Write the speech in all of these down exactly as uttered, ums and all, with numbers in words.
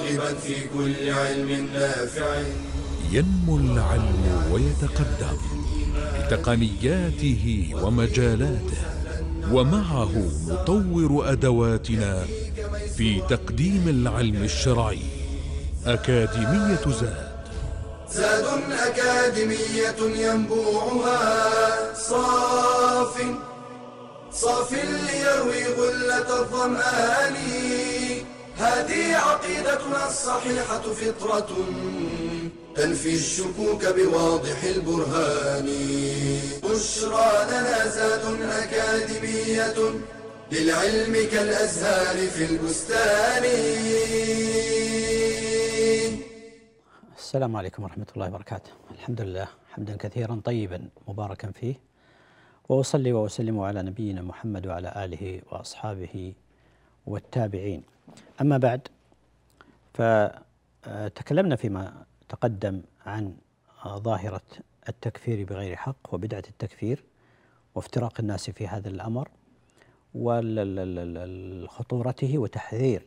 راغبا في كل علم نافع. ينمو العلم ويتقدم بتقنياته ومجالاته، ومعه نطور أدواتنا في تقديم العلم الشرعي. أكاديمية زاد زاد أكاديمية ينبوعها صاف صاف ليروي غلة الظمآن. هذه عقيدتنا الصحيحة فطرة تنفي الشكوك بواضح البرهان. بشرى لنا زاد أكاديمية للعلم كالأزهار في البستان. السلام عليكم ورحمة الله وبركاته. الحمد لله حمدا كثيرا طيبا مباركا فيه، وأصلي وأسلم على نبينا محمد وعلى آله وأصحابه والتابعين. أما بعد، فتكلمنا فيما تقدم عن ظاهرة التكفير بغير حق وبدعة التكفير وافتراق الناس في هذا الأمر وخطورته وتحذير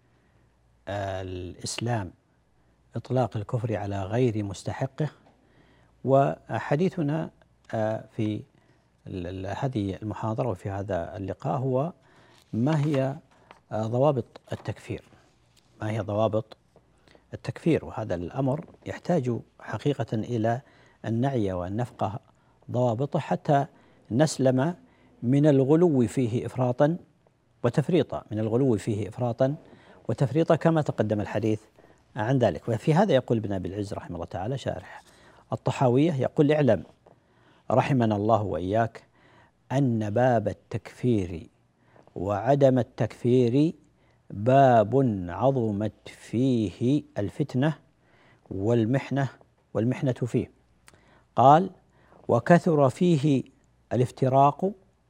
الإسلام إطلاق الكفر على غير مستحقه. وحديثنا في هذه المحاضرة وفي هذا اللقاء هو ما هي ضوابط التكفير، ما هي ضوابط التكفير. وهذا الأمر يحتاج حقيقة إلى أن نعي وأن نفقه ضوابطه حتى نسلم من الغلو فيه إفراطا وتفريطا، من الغلو فيه إفراطا وتفريطا كما تقدم الحديث عن ذلك. وفي هذا يقول ابن أبي العز رحمه الله تعالى شارح الطحاوية، يقول: اعلم رحمنا الله وإياك أن باب التكفير وعدم التكفير باب عظمت فيه الفتنة والمحنة والمحنة فيه. قال: وكثر فيه الافتراق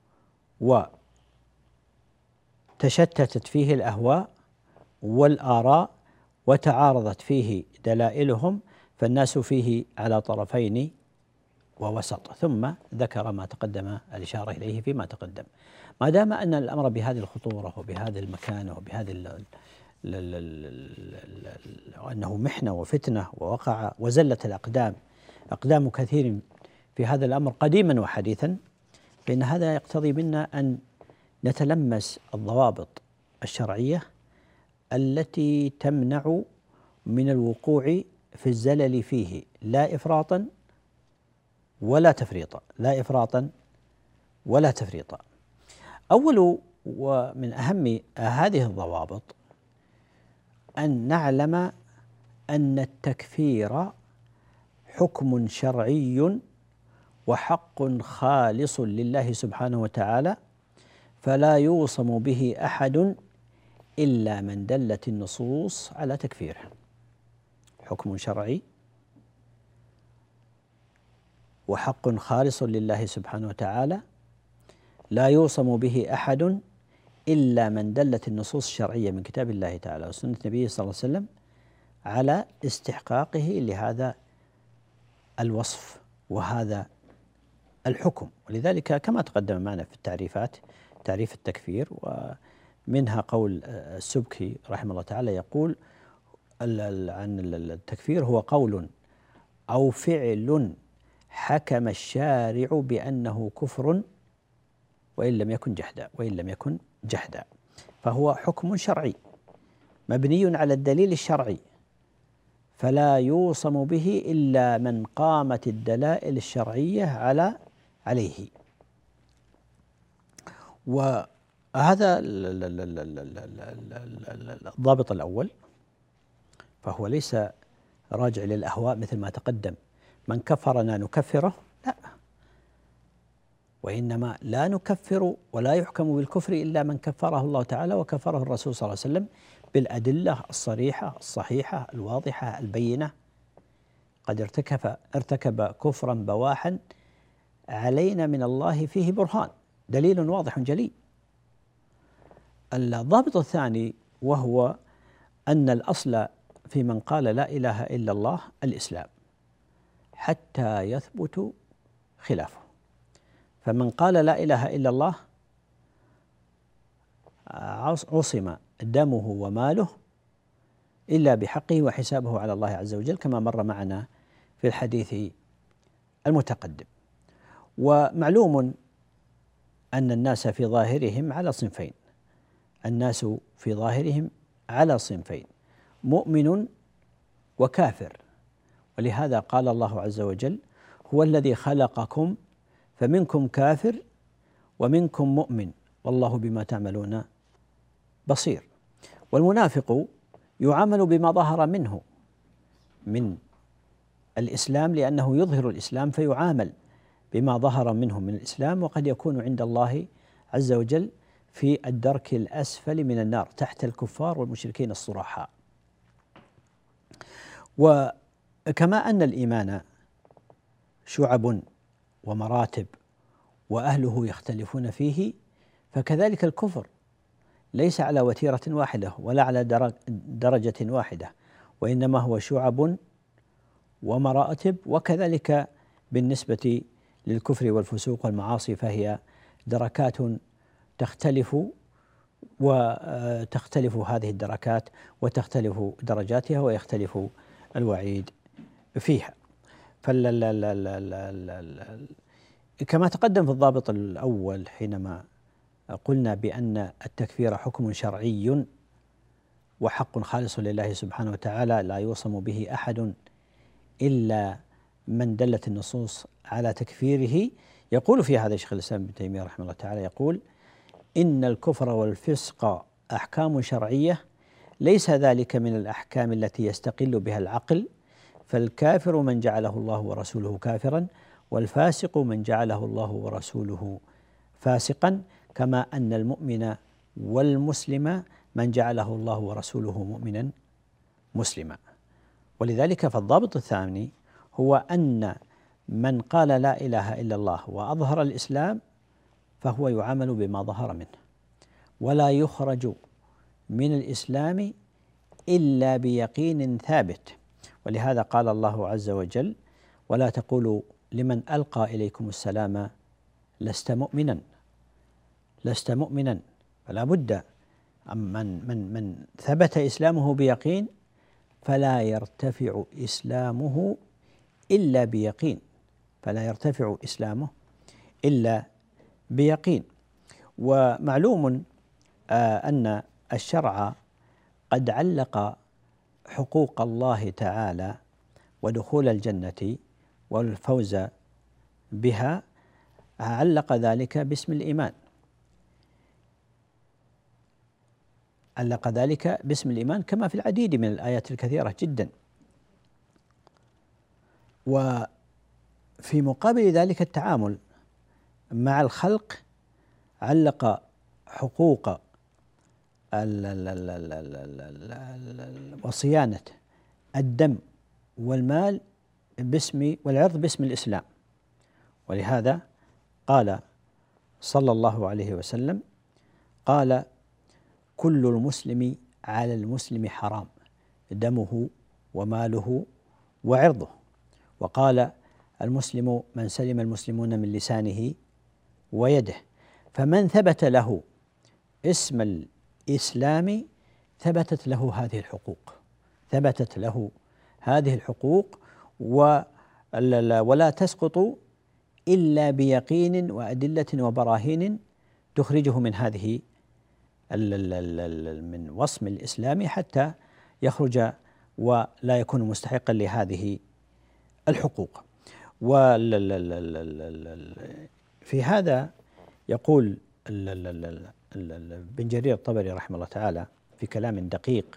وتشتتت فيه الأهواء والآراء وتعارضت فيه دلائلهم، فالناس فيه على طرفين ووسط. ثم ذكر ما تقدم الإشارة إليه فيما تقدم. ما دام أن الأمر بهذه الخطورة وبهذه المكانة وبهذه أنه محنة وفتنة ووقع وزلت الأقدام أقدام كثير في هذا الأمر قديما وحديثا، فإن هذا يقتضي منا أن نتلمس الضوابط الشرعية التي تمنع من الوقوع في الزلل فيه، لا إفراطا ولا تفريطا، لا إفراطا ولا تفريطا. أول ومن أهم هذه الضوابط أن نعلم أن التكفير حكم شرعي وحق خالص لله سبحانه وتعالى، فلا يوصم به أحد إلا من دلت النصوص على تكفيره. حكم شرعي وحق خالص لله سبحانه وتعالى لا يوصم به أحد إلا من دلت النصوص الشرعية من كتاب الله تعالى وسنة نبيه صلى الله عليه وسلم على استحقاقه لهذا الوصف وهذا الحكم. ولذلك كما تقدم معنا في التعريفات، تعريف التكفير، ومنها قول السبكي رحمه الله تعالى يقول عن التكفير: هو قول أو فعل حكم الشارع بأنه كفر وإن لم يكن جحدا وإن لم يكن جحدا فهو حكم شرعي مبني على الدليل الشرعي، فلا يوصم به إلا من قامت الدلائل الشرعية على عليه. وهذا الضابط الأول، فهو ليس راجع للأهواء مثل ما تقدم: من كفرنا نكفره، لا، وإنما لا نكفر ولا يحكم بالكفر إلا من كفره الله تعالى وكفره الرسول صلى الله عليه وسلم بالأدلة الصريحة الصحيحة الواضحة البينة. قد ارتكب ارتكب كفرا بواحا علينا من الله فيه برهان، دليل واضح جلي. الضابط الثاني وهو أن الأصل في من قال لا إله إلا الله الإسلام حتى يثبت خلافه. فمن قال لا إله إلا الله عصم دمه وماله إلا بحقه وحسابه على الله عز وجل كما مر معنا في الحديث المتقدم. ومعلوم أن الناس في ظاهرهم على صنفين، الناس في ظاهرهم على صنفين مؤمن وكافر، ولهذا قال الله عز وجل: هو الذي خلقكم فمنكم كافر ومنكم مؤمن والله بما تعملون بصير. والمنافق يعامل بما ظهر منه من الإسلام لأنه يظهر الإسلام فيعامل بما ظهر منه من الإسلام، وقد يكون عند الله عز وجل في الدرك الأسفل من النار تحت الكفار والمشركين الصرحاء. وكما أن الإيمان شعب ومراتب وأهله يختلفون فيه، فكذلك الكفر ليس على وتيرة واحدة ولا على درجة واحدة، وإنما هو شعب ومراتب. وكذلك بالنسبة للكفر والفسوق والمعاصي فهي دركات تختلف، وتختلف هذه الدركات وتختلف درجاتها ويختلف الوعيد فيها. كما تقدم في الضابط الأول حينما قلنا بأن التكفير حكم شرعي وحق خالص لله سبحانه وتعالى لا يوصم به أحد إلا من دلت النصوص على تكفيره. يقول في هذا شيخ الإسلام ابن تيمية رحمه الله تعالى، يقول: إن الكفر والفسق أحكام شرعية ليس ذلك من الأحكام التي يستقل بها العقل، فالكافر من جعله الله ورسوله كافرا، والفاسق من جعله الله ورسوله فاسقا، كما أن المؤمن والمسلم من جعله الله ورسوله مؤمنا مسلما. ولذلك فالضابط الثاني هو أن من قال لا إله إلا الله وأظهر الإسلام فهو يعامل بما ظهر منه، ولا يخرج من الإسلام إلا بيقين ثابت. ولهذا قال الله عز وجل: ولا تقولوا لمن ألقى إليكم السلام لست مؤمنا لست مؤمنا فلا بد من من من ثبت إسلامه بيقين فلا يرتفع إسلامه إلا بيقين فلا يرتفع إسلامه إلا بيقين. ومعلوم آه أن الشرع قد علق حقوق الله تعالى ودخول الجنة والفوز بها، علق ذلك باسم الإيمان علق ذلك باسم الإيمان كما في العديد من الآيات الكثيرة جدا. وفي مقابل ذلك التعامل مع الخلق علق حقوق وصيانة الدم والمال باسم والعرض باسم الإسلام. ولهذا قال صلى الله عليه وسلم: قال: كل المسلم على المسلم حرام دمه وماله وعرضه. وقال: المسلم من سلم المسلمون من لسانه ويده. فمن ثبت له اسم الإسلام ثبتت له هذه الحقوق ثبتت له هذه الحقوق ولا تسقط إلا بيقين وأدلة وبراهين تخرجه من هذه من وصم الإسلام حتى يخرج ولا يكون مستحقا لهذه الحقوق. وفي هذا يقول ابن جرير الطبري رحمه الله تعالى في كلام دقيق،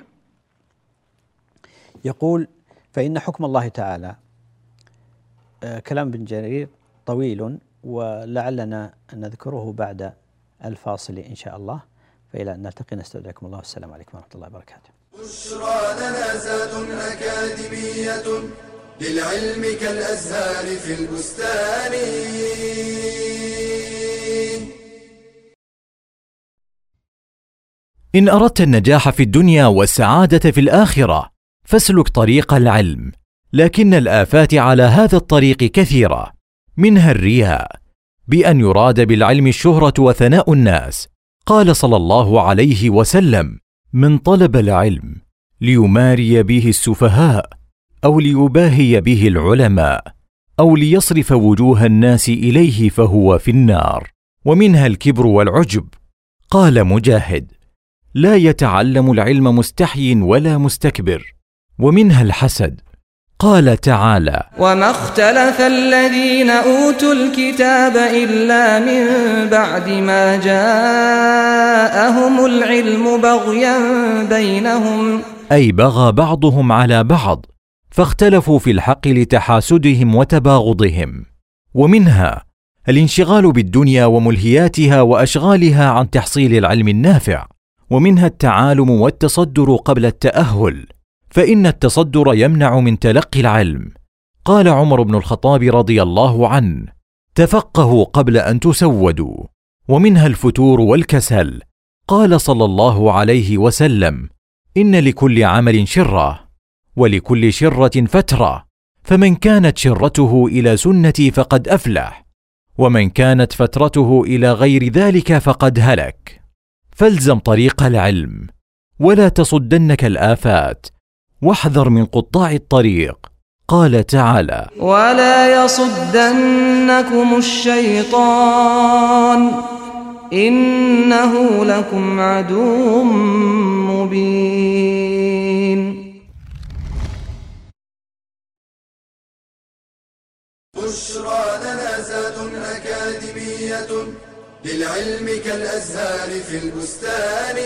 يقول: فإن حكم الله تعالى، كلام ابن جرير طويل ولعلنا نذكره بعد الفاصل إن شاء الله، فإلى أن نلتقي نستودعكم الله والسلام عليكم ورحمة الله وبركاته. بشرى لنا زاد أكاديمية للعلم كالأزهار في البستان. إن أردت النجاح في الدنيا والسعادة في الآخرة فاسلك طريق العلم، لكن الآفات على هذا الطريق كثيرة، منها الرياء، بأن يراد بالعلم الشهرة وثناء الناس. قال صلى الله عليه وسلم: من طلب العلم ليماري به السفهاء، أو ليباهي به العلماء، أو ليصرف وجوه الناس إليه فهو في النار. ومنها الكبر والعجب. قال مجاهد: لا يتعلم العلم مستحي ولا مستكبر. ومنها الحسد. قال تعالى: وما اختلف الذين أوتوا الكتاب إلا من بعد ما جاءهم العلم بغيا بينهم، أي بغى بعضهم على بعض فاختلفوا في الحق لتحاسدهم وتباغضهم. ومنها الانشغال بالدنيا وملهياتها وأشغالها عن تحصيل العلم النافع. ومنها التعالم والتصدر قبل التأهل، فإن التصدر يمنع من تلقي العلم. قال عمر بن الخطاب رضي الله عنه: تفقهوا قبل أن تسودوا. ومنها الفتور والكسل. قال صلى الله عليه وسلم: إن لكل عمل شرة، ولكل شرة فترة، فمن كانت شرته إلى سنتي فقد أفلح، ومن كانت فترته إلى غير ذلك فقد هلك. فالزم طريق العلم، ولا تصدنك الآفات، واحذر من قطاع الطريق. قال تعالى: ولا يصدنكم الشيطان إنه لكم عدو مبين. بشرى لنا زاد أكاديمية للعلم كالأزهار في البستان.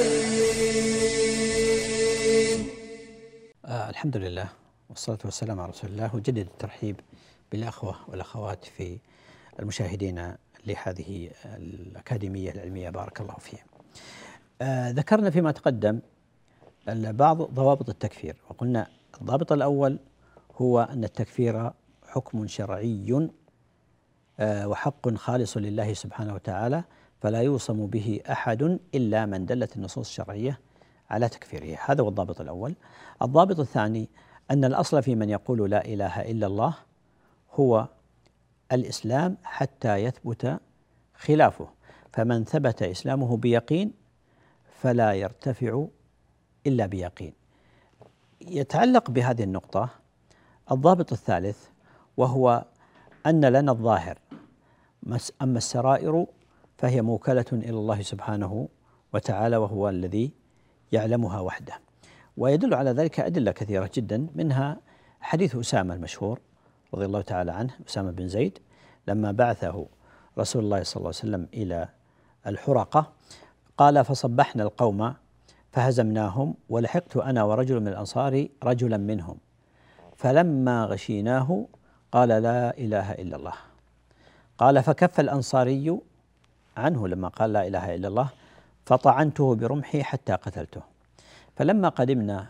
آه الحمد لله والصلاة والسلام على رسول الله، وجدد الترحيب بالأخوة والأخوات في المشاهدين لهذه الأكاديمية العلمية، بارك الله فيهم. آه ذكرنا فيما تقدم بعض ضوابط التكفير، وقلنا الضابط الأول هو أن التكفير حكم شرعي آه وحق خالص لله سبحانه وتعالى، فلا يوصم به أحد إلا من دلت النصوص الشرعية على تكفيره. هذا هو الضابط الأول. الضابط الثاني أن الأصل في من يقول لا إله إلا الله هو الإسلام حتى يثبت خلافه، فمن ثبت إسلامه بيقين فلا يرتفع إلا بيقين. يتعلق بهذه النقطة الضابط الثالث، وهو أن لنا الظاهر، أما السرائر فهي موكلة إلى الله سبحانه وتعالى، وهو الذي يعلمها وحده. ويدل على ذلك أدلة كثيرة جدا، منها حديث أسامة المشهور رضي الله تعالى عنه، أسامة بن زيد، لما بعثه رسول الله صلى الله عليه وسلم إلى الحرقة قال: فصبحنا القوم فهزمناهم، ولحقت أنا ورجل من الأنصار رجلا منهم، فلما غشيناه قال لا إله إلا الله. قال: فكف الأنصاري عنه لما قال لا إله إلا الله، فطعنته برمحي حتى قتلته. فلما قدمنا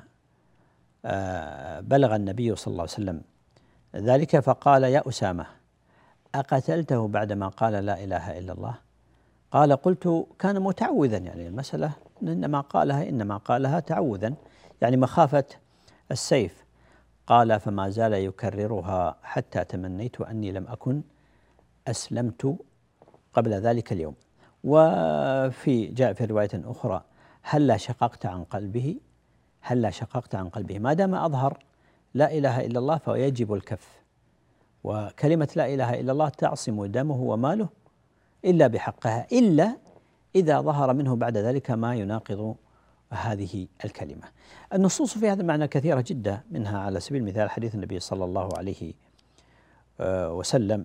بلغ النبي صلى الله عليه وسلم ذلك، فقال: يا أسامة أقتلته بعدما قال لا إله إلا الله؟ قال: قلت كان متعوذا، يعني المسألة إنما قالها إنما قالها تعوذا، يعني مخافة السيف. قال: فما زال يكررها حتى تمنيت أني لم أكن أسلمت قبل ذلك اليوم. وفي جاء في رواية أخرى: هلا شققت عن قلبه، هلا شققت عن قلبه. ما دام أظهر لا إله إلا الله فيجب الكف، وكلمة لا إله إلا الله تعصم دمه وماله إلا بحقها، إلا إذا ظهر منه بعد ذلك ما يناقض هذه الكلمة. النصوص في هذا المعنى كثيرة جدا، منها على سبيل المثال حديث النبي صلى الله عليه وسلم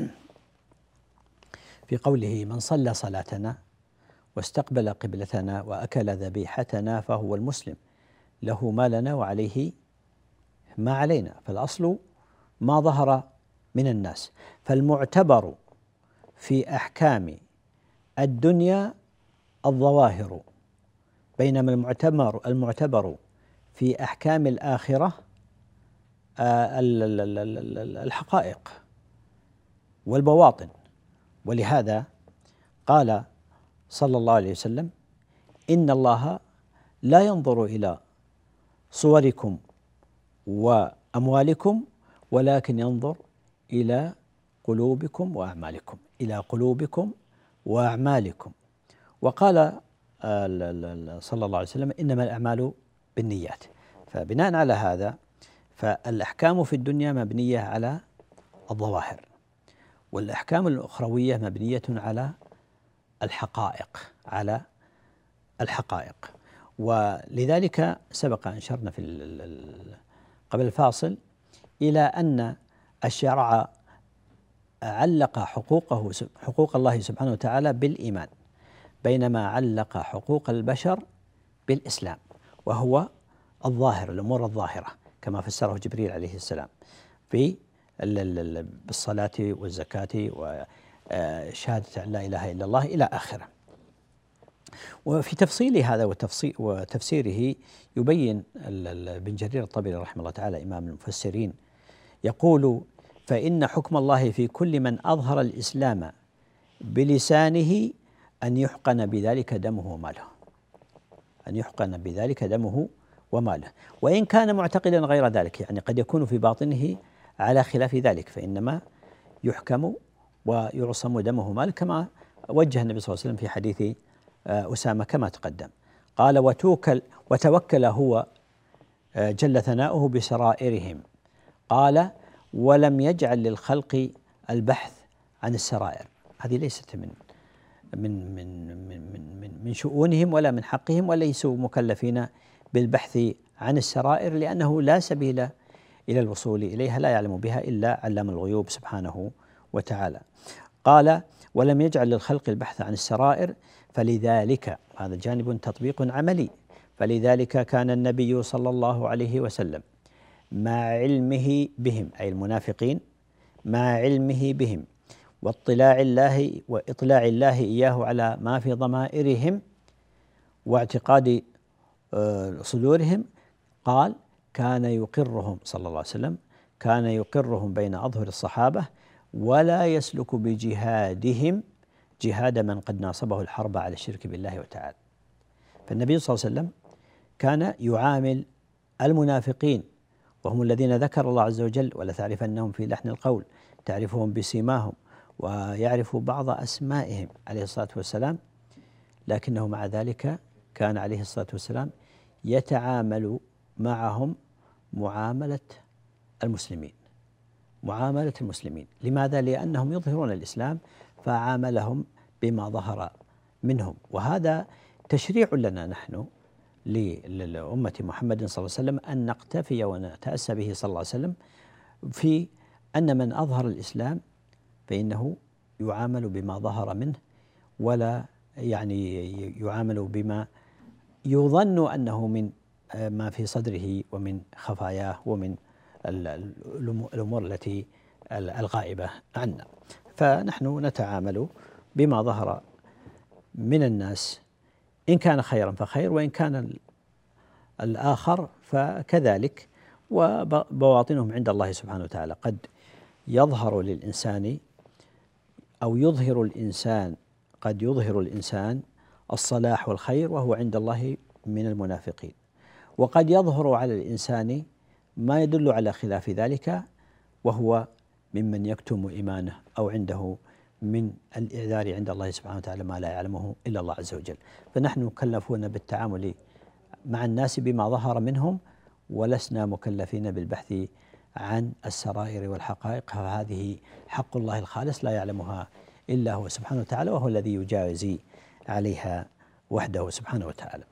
في قوله: من صلى صلاتنا واستقبل قبلتنا وأكل ذبيحتنا فهو المسلم، له ما لنا وعليه ما علينا. فالأصل ما ظهر من الناس، فالمعتبر في أحكام الدنيا الظواهر، بينما المعتبر المعتبر في أحكام الآخرة الحقائق والبواطن. ولهذا قال صلى الله عليه وسلم: إن الله لا ينظر إلى صوركم وأموالكم ولكن ينظر إلى قلوبكم وأعمالكم، إلى قلوبكم وأعمالكم. وقال صلى الله عليه وسلم: إنما الأعمال بالنيات. فبناء على هذا فالأحكام في الدنيا مبنية على الظواهر، والأحكام الأخروية مبنية على الحقائق على الحقائق. ولذلك سبق أن أشرنا في قبل الفاصل إلى أن الشرع علق حقوقه حقوق الله سبحانه وتعالى بالإيمان، بينما علق حقوق البشر بالإسلام، وهو الظاهر، الأمور الظاهرة كما فسره جبريل عليه السلام في بالصلاة والزكاة وشهادة أن لا إله إلا الله إلى آخره. وفي تفصيل هذا وتفسيره يبين ابن جرير الطبري رحمه الله تعالى إمام المفسرين يقول: فإن حكم الله في كل من أظهر الإسلام بلسانه أن يحقن بذلك دمه وماله، أن يحقن بذلك دمه وماله، وإن كان معتقدا غير ذلك، يعني قد يكون في باطنه على خلاف ذلك، فإنما يحكم ويعصم دمه وماله، كما وجه النبي صلى الله عليه وسلم في حديث أسامة كما تقدم. قال: وتوكل وتوكل هو جل ثناؤه بسرائرهم. قال: ولم يجعل للخلق البحث عن السرائر. هذه ليست من من من من من, من شؤونهم ولا من حقهم، وليسوا مكلفين بالبحث عن السرائر، لأنه لا سبيل إلى الوصول إليها، لا يعلم بها إلا علام الغيوب سبحانه وتعالى. قال: ولم يجعل للخلق البحث عن السرائر، فلذلك، هذا جانب تطبيق عملي، فلذلك كان النبي صلى الله عليه وسلم مع علمه بهم، أي المنافقين، مع علمه بهم واطلاع الله وإطلاع الله إياه على ما في ضمائرهم واعتقاد صدورهم، قال: كان يقرهم صلى الله عليه وسلم كان يقرهم بين أظهر الصحابة، ولا يسلك بجهادهم جهاد من قد ناصبه الحرب على الشرك بالله وتعالى. فالنبي صلى الله عليه وسلم كان يعامل المنافقين، وهم الذين ذكر الله عز وجل: ولا تعرفنهم في لحن القول تعرفهم بسيماهم، ويعرف بعض أسمائهم عليه الصلاة والسلام، لكنه مع ذلك كان عليه الصلاة والسلام يتعامل معهم معاملة المسلمين معاملة المسلمين لماذا؟ لأنهم يظهرون الإسلام، فعاملهم بما ظهر منهم. وهذا تشريع لنا نحن لأمة محمد صلى الله عليه وسلم أن نقتفي ونتأسى به صلى الله عليه وسلم في أن من أظهر الإسلام فإنه يعامل بما ظهر منه، ولا يعني يعامل بما يظن أنه من ما في صدره ومن خفاياه ومن الأمور التي الغائبة عنا. فنحن نتعامل بما ظهر من الناس، إن كان خيرا فخير، وإن كان الآخر فكذلك، وبواطنهم عند الله سبحانه وتعالى. قد يظهر للإنسان أو يظهر الإنسان قد يظهر الإنسان الصلاح والخير وهو عند الله من المنافقين، وقد يظهر على الإنسان ما يدل على خلاف ذلك وهو ممن يكتم إيمانه أو عنده من الإعذار عند الله سبحانه وتعالى ما لا يعلمه إلا الله عز وجل. فنحن مكلفون بالتعامل مع الناس بما ظهر منهم، ولسنا مكلفين بالبحث عن السرائر والحقائق، فهذه حق الله الخالص لا يعلمها إلا هو سبحانه وتعالى، وهو الذي يجازي عليها وحده سبحانه وتعالى.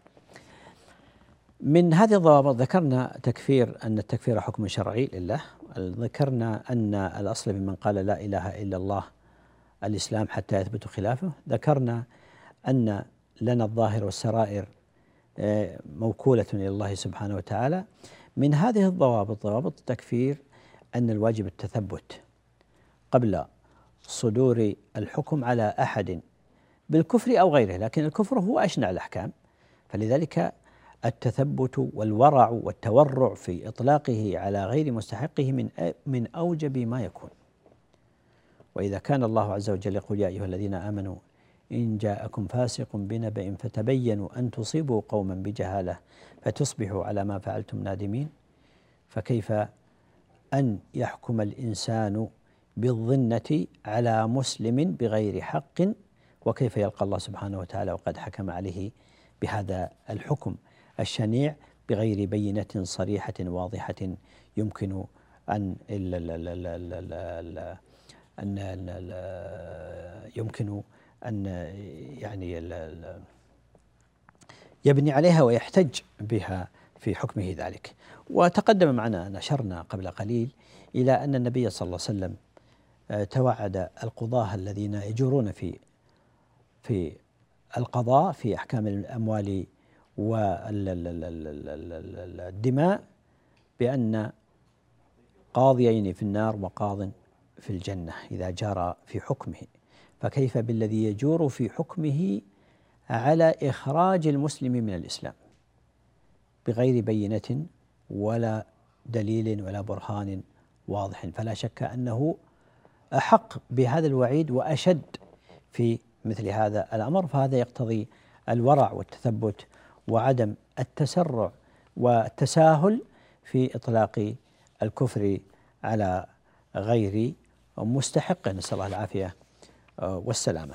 من هذه الضوابط ذكرنا تكفير أن التكفير حكم شرعي لله، ذكرنا أن الأصل بمن قال لا إله إلا الله الإسلام حتى يثبت خلافه، ذكرنا أن لنا الظاهر والسرائر موكولة إلى الله سبحانه وتعالى. من هذه الضوابط ضوابط التكفير أن الواجب التثبت قبل صدور الحكم على أحد بالكفر أو غيره، لكن الكفر هو أشنع الأحكام، فلذلك التثبت والورع والتورع في إطلاقه على غير مستحقه من من أوجب ما يكون. وإذا كان الله عز وجل يقول: يا أيها الذين آمنوا إن جاءكم فاسق بنبأ فتبينوا أن تصيبوا قوما بجهالة فتصبحوا على ما فعلتم نادمين، فكيف أن يحكم الإنسان بالظنة على مسلم بغير حق، وكيف يلقى الله سبحانه وتعالى وقد حكم عليه بهذا الحكم الشنيع بغير بينة صريحة واضحة يمكن أن أن يمكن أن يعني يبني عليها ويحتج بها في حكمه ذلك. وتقدم معنا، نشرنا قبل قليل إلى أن النبي صلى الله عليه وسلم توعد القضاة الذين يجورون في في القضاء في أحكام الأموال والدماء بأن قاضيين في النار وقاض في الجنة إذا جار في حكمه، فكيف بالذي يجور في حكمه على إخراج المسلم من الإسلام بغير بينة ولا دليل ولا برهان واضح؟ فلا شك أنه أحق بهذا الوعيد وأشد في مثل هذا الأمر. فهذا يقتضي الورع والتثبت وعدم التسرع والتساهل في إطلاق الكفر على غير مستحق، نسأل الله العافية والسلامة.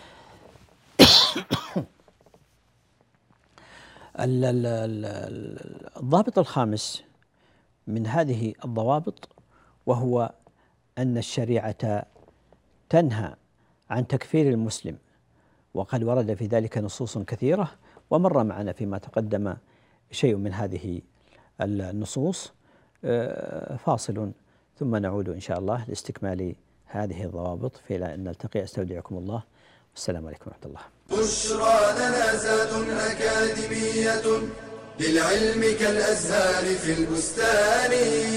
الضابط الخامس من هذه الضوابط وهو أن الشريعة تنهى عن تكفير المسلم، وقد ورد في ذلك نصوص كثيرة، ومر معنا فيما تقدم شيء من هذه النصوص. فاصل ثم نعود إن شاء الله لاستكمال هذه الضوابط. فإلى أن نلتقي أستودعكم الله، والسلام عليكم ورحمة الله. بشرى لنا زاد أكاديمية للعلم كالأزهار في البستان.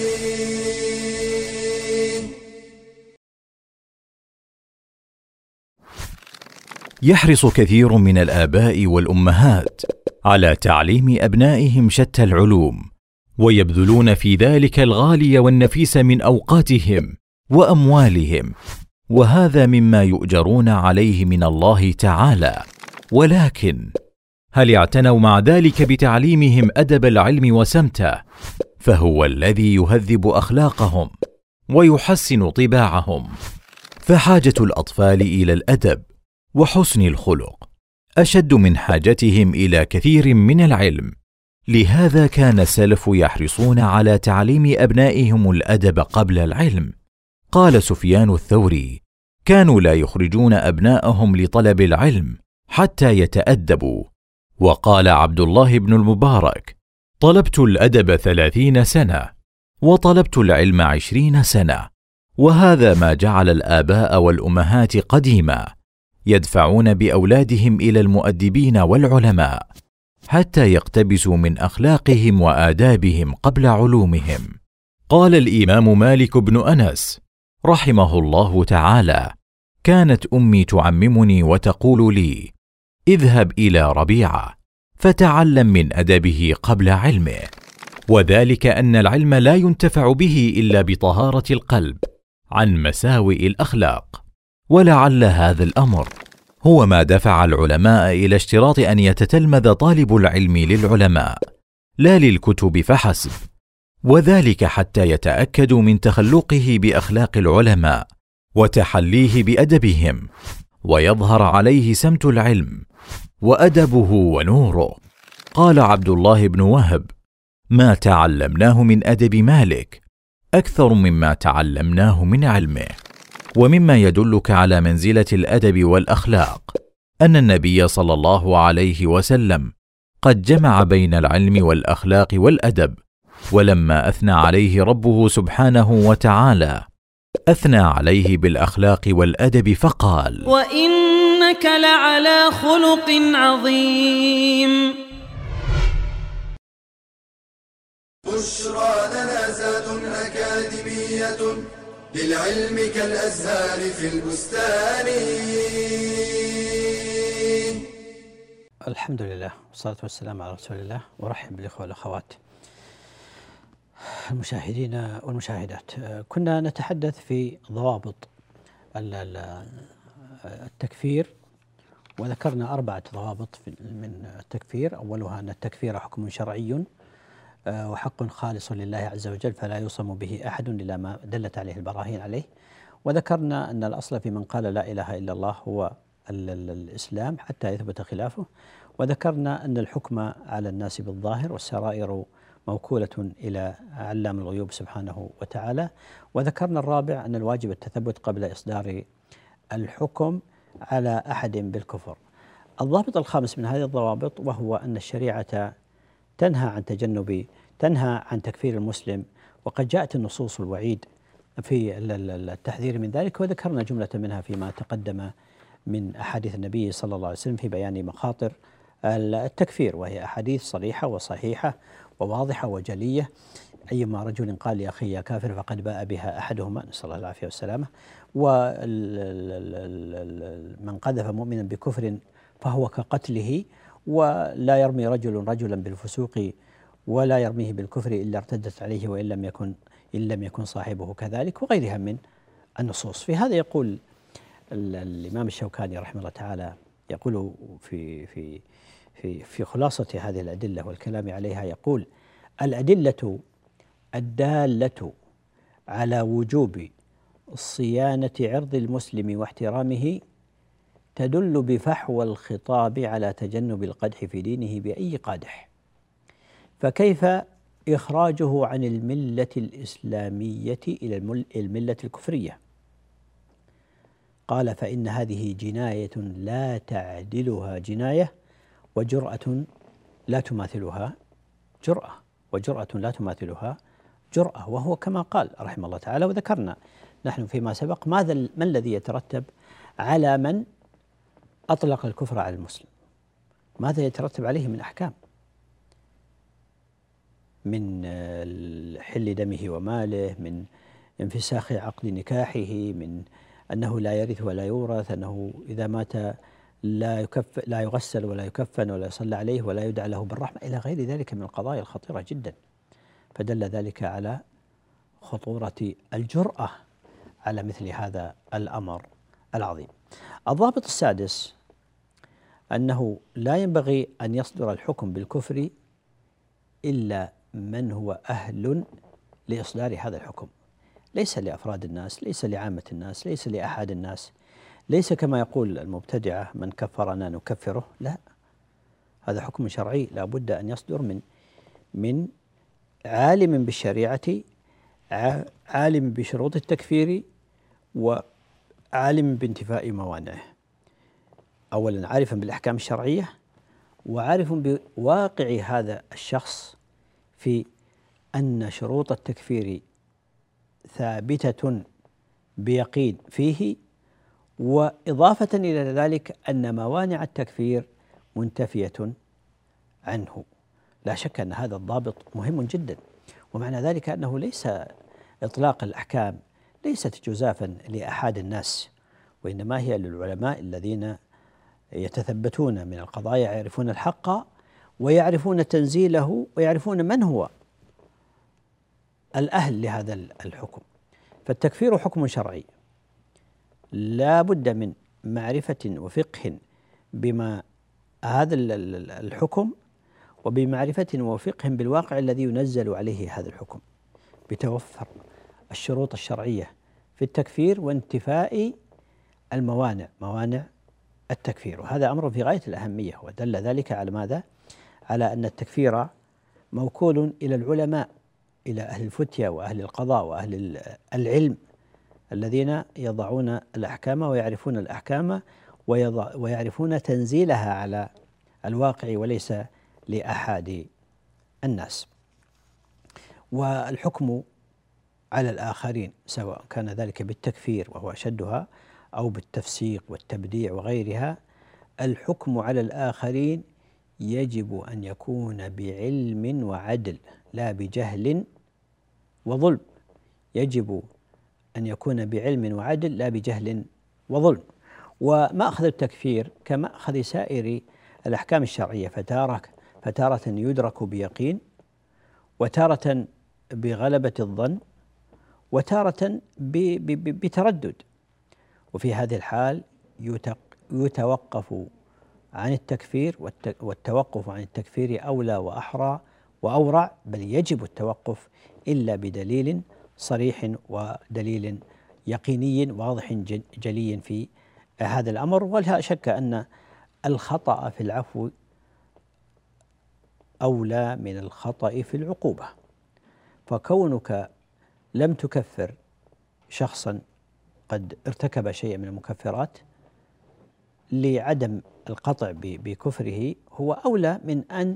يحرص كثير من الآباء والأمهات على تعليم أبنائهم شتى العلوم، ويبذلون في ذلك الغالي والنفيس من أوقاتهم وأموالهم، وهذا مما يؤجرون عليه من الله تعالى. ولكن هل اعتنوا مع ذلك بتعليمهم أدب العلم وسمته؟ فهو الذي يهذب أخلاقهم ويحسن طباعهم. فحاجة الأطفال إلى الأدب وحسن الخلق أشد من حاجتهم إلى كثير من العلم. لهذا كان السلف يحرصون على تعليم أبنائهم الأدب قبل العلم. قال سفيان الثوري: كانوا لا يخرجون أبناءهم لطلب العلم حتى يتأدبوا. وقال عبد الله بن المبارك: طلبت الأدب ثلاثين سنة وطلبت العلم عشرين سنة. وهذا ما جعل الآباء والأمهات قديما يدفعون بأولادهم إلى المؤدبين والعلماء حتى يقتبسوا من أخلاقهم وآدابهم قبل علومهم. قال الإمام مالك بن أنس رحمه الله تعالى: كانت أمي تعممني وتقول لي: اذهب إلى ربيعة فتعلم من أدبه قبل علمه. وذلك أن العلم لا ينتفع به إلا بطهارة القلب عن مساوئ الأخلاق. ولعل هذا الأمر هو ما دفع العلماء إلى اشتراط أن يتتلمذ طالب العلم للعلماء لا للكتب فحسب، وذلك حتى يتأكدوا من تخلقه بأخلاق العلماء وتحليه بأدبهم، ويظهر عليه سمت العلم وأدبه ونوره. قال عبد الله بن وهب: ما تعلمناه من أدب مالك أكثر مما تعلمناه من علمه. ومما يدلك على منزلة الأدب والأخلاق أن النبي صلى الله عليه وسلم قد جمع بين العلم والأخلاق والأدب. ولما أثنى عليه ربه سبحانه وتعالى أثنى عليه بالأخلاق والأدب فقال: وإنك لعلى خلق عظيم. بشرى لنا زاد أكاديمية للعلم كالأزهار في البستان. الحمد لله والصلاة والسلام على رسول الله، ورحب بالإخوة والأخوات المشاهدين والمشاهدات. كنا نتحدث في ضوابط التكفير، وذكرنا أربعة ضوابط من التكفير. أولها أن التكفير حكم شرعي وحق خالص لله عز وجل فلا يوصم به أحد إلا ما دلت عليه البراهين عليه. وذكرنا أن الأصل في من قال لا إله إلا الله هو الإسلام حتى يثبت خلافه. وذكرنا أن الحكم على الناس بالظاهر والسرائر موكولة إلى علام الغيوب سبحانه وتعالى. وذكرنا الرابع أن الواجب التثبت قبل إصدار الحكم على أحد بالكفر. الضابط الخامس من هذه الضوابط وهو أن الشريعة تنهى عن تجنب تنهى عن تكفير المسلم، وقد جاءت النصوص الوعيد في التحذير من ذلك، وذكرنا جملة منها فيما تقدم من أحاديث النبي صلى الله عليه وسلم في بيان مخاطر التكفير، وهي أحاديث صريحة وصحيحة وواضحة وجلية. أيما رجل قال يا أخي يا كافر فقد باء بها أحدهما، نسأل الله العافية والسلامة. ومن قذف مؤمنا بكفر فهو كقتله، ولا يرمي رجل رجلا بالفسوق ولا يرميه بالكفر إلا ارتدت عليه وإن لم يكن إن لم يكن صاحبه كذلك، وغيرها من النصوص. في هذا يقول الإمام الشوكاني رحمه الله تعالى، يقول في في في في خلاصة هذه الأدلة والكلام عليها، يقول: الأدلة الدالة على وجوب صيانة عرض المسلم واحترامه تدل بفحوى الخطاب على تجنب القدح في دينه بأي قادح، فكيف إخراجه عن الملة الإسلامية إلى الملة الكفرية؟ قال: فإن هذه جناية لا تعدلها جناية، وجرأة لا تماثلها جرأة وجرأة لا تماثلها جرأة. وهو كما قال رحمه الله تعالى، وذكرنا نحن فيما سبق ماذا ما الذي يترتب على من أطلق الكفر على المسلم، ماذا يترتب عليه من أحكام، من حل دمه وماله، من انفساخ عقد نكاحه، من أنه لا يرث ولا يورث، أنه إذا مات لا يكف لا يغسل ولا يكفن ولا يصلى عليه ولا يدعى له بالرحمة، إلى غير ذلك من القضايا الخطيرة جدا. فدل ذلك على خطورة الجرأة على مثل هذا الأمر العظيم. الضابط السادس أنه لا ينبغي أن يصدر الحكم بالكفر إلا من هو أهل لإصدار هذا الحكم، ليس لأفراد الناس، ليس لعامة الناس، ليس لأحد الناس، ليس كما يقول المبتدعة من كفرنا نكفره، لا، هذا حكم شرعي لا بد أن يصدر من من عالم بالشريعة، عالم بشروط التكفير، وعالم بانتفاء موانعه. أولا عارفا بالأحكام الشرعية، وعارف بواقع هذا الشخص في أن شروط التكفير ثابتة بيقين فيه، وإضافة إلى ذلك أن موانع التكفير منتفية عنه. لا شك أن هذا الضابط مهم جدا، ومعنى ذلك أنه ليس إطلاق الأحكام ليست جزافا لأحد الناس، وإنما هي للعلماء الذين يتثبتون من القضايا، يعرفون الحق ويعرفون تنزيله ويعرفون من هو الأهل لهذا الحكم. فالتكفير حكم شرعي لا بد من معرفة وفقه بما هذا الحكم، وبمعرفة وفقه بالواقع الذي ينزل عليه هذا الحكم، بتوفر الشروط الشرعية في التكفير وانتفاء الموانع، موانع التكفير. وهذا أمر في غاية الأهمية، ودل ذلك على ماذا؟ على أن التكفير موكول إلى العلماء، إلى أهل الفتية وأهل القضاء وأهل العلم الذين يضعون الأحكام ويعرفون الأحكام ويضع ويعرفون تنزيلها على الواقع وليس لأحد الناس. والحكم على الآخرين سواء كان ذلك بالتكفير وهو أشدها أو بالتفسيق والتبديع وغيرها، الحكم على الآخرين يجب أن يكون بعلم وعدل لا بجهل وظلم، يجب أن يكون بعلم وعدل لا بجهل وظلم. ومأخذ التكفير كمأخذ سائر الأحكام الشرعية، فتارة فتارة يدرك بيقين، وتارة بغلبة الظن، وتارة بتردد. وفي هذه الحال يتوقف عن التكفير، والتوقف عن التكفير أولى وأحرى وأورع، بل يجب التوقف إلا بدليل صريح ودليل يقيني واضح جلي في هذا الأمر. ولا شك أن الخطأ في العفو أولى من الخطأ في العقوبة. فكونك لم تكفر شخصا قد ارتكب شيئا من المكفرات لعدم القطع بكفره هو أولى من أن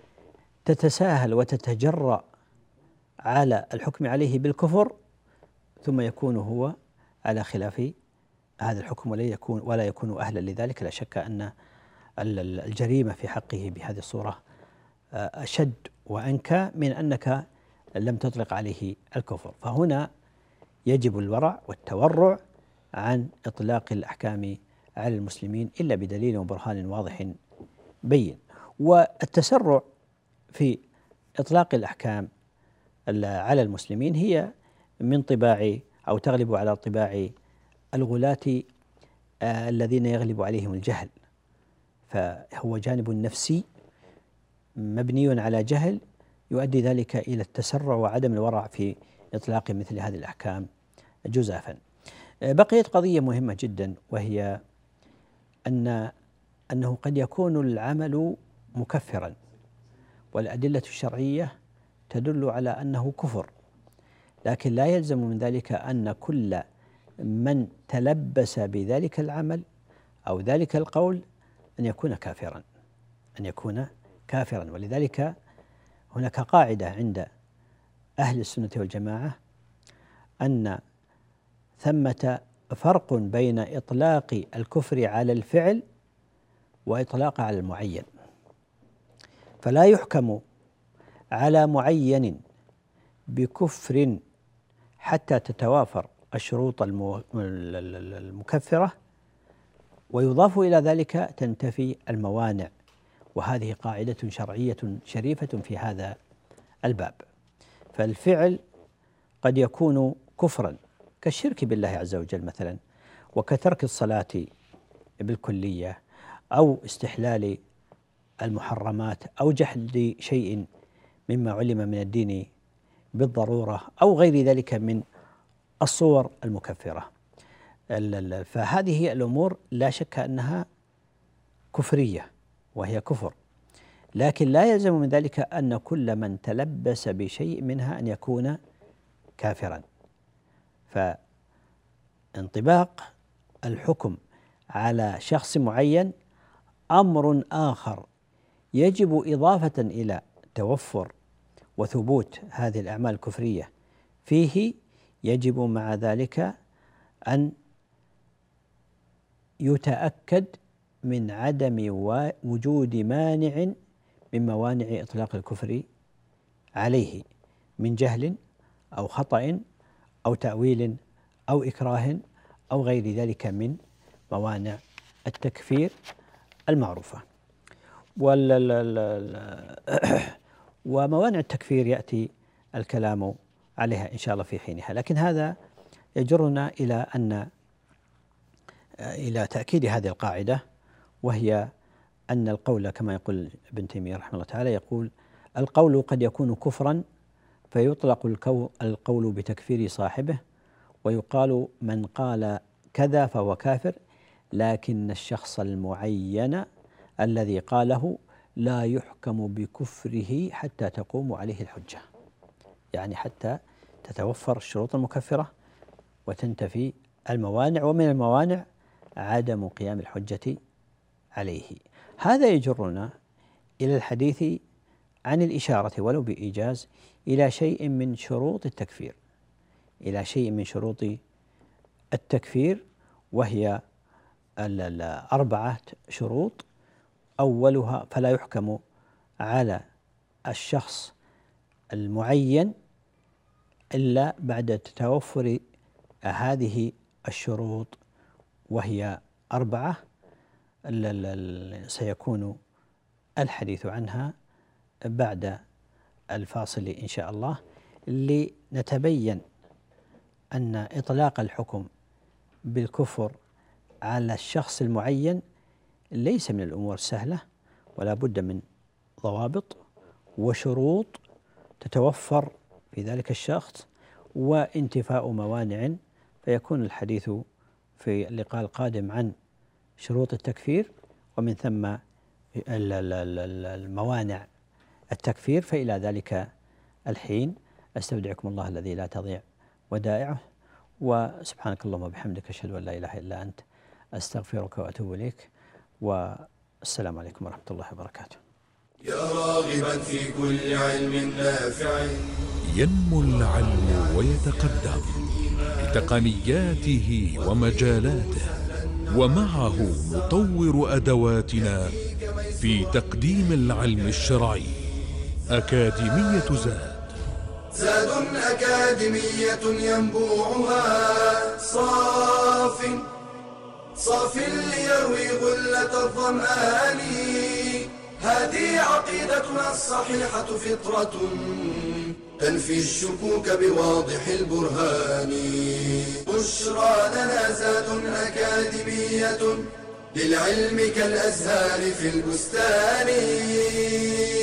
تتساهل وتتجرأ على الحكم عليه بالكفر ثم يكون هو على خلاف هذا الحكم ولا يكون ولا يكون أهلا لذلك. لا شك أن الجريمة في حقه بهذه الصورة أشد وأنكى من أنك لم تطلق عليه الكفر. فهنا يجب الورع والتورع عن إطلاق الأحكام على المسلمين إلا بدليل وبرهان واضح بين. والتسرع في إطلاق الأحكام على المسلمين هي من طباع أو تغلب على طباع الغلاة الذين يغلب عليهم الجهل، فهو جانب نفسي مبني على جهل يؤدي ذلك إلى التسرع وعدم الورع في إطلاق مثل هذه الأحكام جزافا. بقيت قضية مهمة جدا وهي أن أنه قد يكون العمل مكفرا والأدلة الشرعية تدل على أنه كفر، لكن لا يلزم من ذلك أن كل من تلبس بذلك العمل أو ذلك القول أن يكون كافرا أن يكون كافرا ولذلك هناك قاعدة عند أهل السنة والجماعة أن ثمة فرق بين إطلاق الكفر على الفعل وإطلاقه على المعين، فلا يحكم على معين بكفر حتى تتوافر الشروط المكفرة ويضاف إلى ذلك تنتفي الموانع، وهذه قاعدة شرعية شريفة في هذا الباب. فالفعل قد يكون كفرا كالشرك بالله عز وجل مثلا، وكترك الصلاة بالكلية أو استحلال المحرمات أو جحد شيء مما علم من الدين بالضرورة أو غير ذلك من الصور المكفرة. فهذه الأمور لا شك أنها كفرية وهي كفر، لكن لا يلزم من ذلك أن كل من تلبس بشيء منها أن يكون كافرا. فانطباق الحكم على شخص معين أمر آخر يجب إضافة إلى توفر وثبوت هذه الأعمال الكفرية فيه، يجب مع ذلك أن يتأكد من عدم وجود مانع من موانع إطلاق الكفر عليه من جهل أو خطأ أو تأويل أو إكراه أو غير ذلك من موانع التكفير المعروفة. وموانع التكفير يأتي الكلام عليها إن شاء الله في حينها، لكن هذا يجرنا إلى أن إلى تأكيد هذه القاعدة، وهي أن القول كما يقول ابن تيمية رحمه الله تعالى يقول: القول قد يكون كفرا فيطلق القول بتكفير صاحبه، ويقال من قال كذا فهو كافر، لكن الشخص المعين الذي قاله لا يحكم بكفره حتى تقوم عليه الحجة، يعني حتى تتوفر الشروط المكفرة وتنتفي الموانع، ومن الموانع عدم قيام الحجة عليه. هذا يجرنا إلى الحديث عن الإشارة ولو بإيجاز إلى شيء من شروط التكفير إلى شيء من شروط التكفير وهي الأربعة شروط. أولها: فلا يحكم على الشخص المعين إلا بعد توفر هذه الشروط، وهي أربعة سيكون الحديث عنها بعد الفاصل إن شاء الله، لنتبين أن إطلاق الحكم بالكفر على الشخص المعين ليس من الأمور السهلة، ولا بد من ضوابط وشروط تتوفر في ذلك الشخص وانتفاء موانع. فيكون الحديث في اللقاء القادم عن شروط التكفير، ومن ثم الموانع التكفير. فإلى ذلك الحين أستودعكم الله الذي لا تضيع ودائعه، وسبحانك اللهم وبحمدك أشهد أن لا إله إلا أنت أستغفرك وأتوب إليك، والسلام عليكم ورحمة الله وبركاته. يا راغبا في كل علم نافع ينمو العلم ويتقدم بتقنياته ومجالاته، ومعه نطور أدواتنا في تقديم العلم الشرعي. أكاديمية زاد زاد أكاديمية ينبوعها صاف صاف ليروي غلة الظمآن. هذه عقيدتنا الصحيحة فطرة تنفي الشكوك بواضح البرهان. بشرى لنا زاد أكاديمية للعلم كالأزهار في البستان.